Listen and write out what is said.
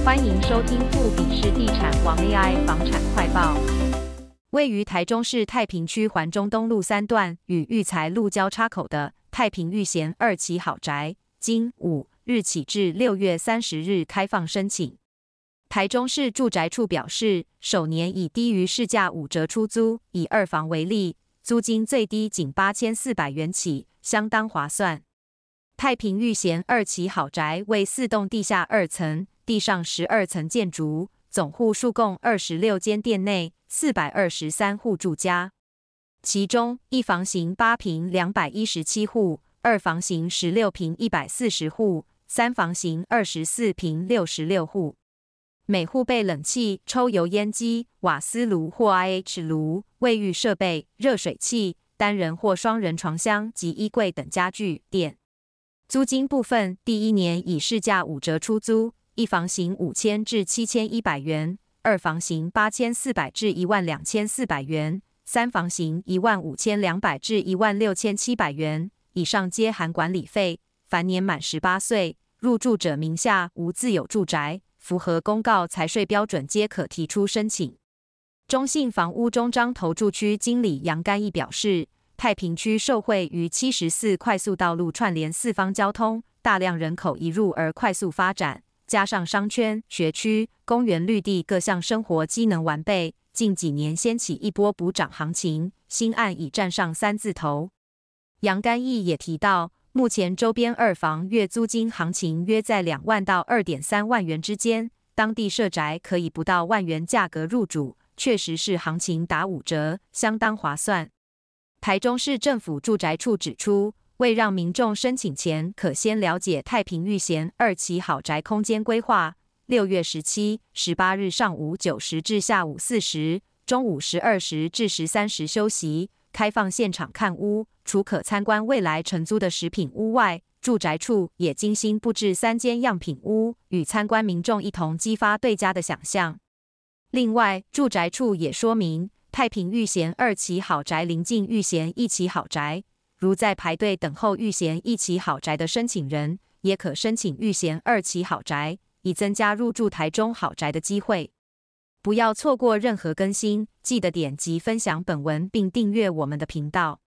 欢迎收听富比士地产王 AI 房产快报。位于台中市太平区环中东路3段与育才路交叉口的太平育贤2期豪宅，今5日起至6月30日开放申请。台中市住宅处表示，首年以低于市价5折出租，以2房为例，租金最低仅8400元起，相当划算。太平育贤2期豪宅为4栋地下2层，地上12层建筑，总户数共26间店内423户住家，其中1房型8坪217户，2房型16坪140户，3房型24坪66户。每户备冷气、抽油烟机、瓦斯炉或 IH 炉、卫浴设备、热水器、单人或双人床箱及衣柜等家具店。租金部分，第一年以市价5折出租，1房型5000至7100元，2房型8400至12400元，3房型15200至16700元，以上皆含管理费。凡年满18岁，入住者名下无自有住宅，符合公告财税标准皆可提出申请。中信房屋中彰投注区经理杨干义表示，太平区受惠于74快速道路串联四方交通，大量人口移入而快速发展，加上商圈、学区、公园绿地各项生活机能完备，近几年掀起一波补涨行情，新案已站上3字头。杨干义也提到，目前周边2房月租金行情约在2万到2.3万元之间，当地社宅可以不到万元价格入主，确实是行情打5折，相当划算。台中市政府住宅处指出，为让民众申请前可先了解太平育贤2期豪宅空间规划，6月17、18日上午9时至下午4时，中午12时至13时休息，开放现场看屋。除可参观未来承租的10品屋外，住宅处也精心布置3间样品屋，与参观民众一同激发对家的想象。另外，住宅处也说明，太平育贤2期豪宅临近育贤1期豪宅，如在排队等候育贤1期豪宅的申请人，也可申请育贤2期豪宅，以增加入住台中豪宅的机会。不要错过任何更新，记得点击分享本文并订阅我们的频道。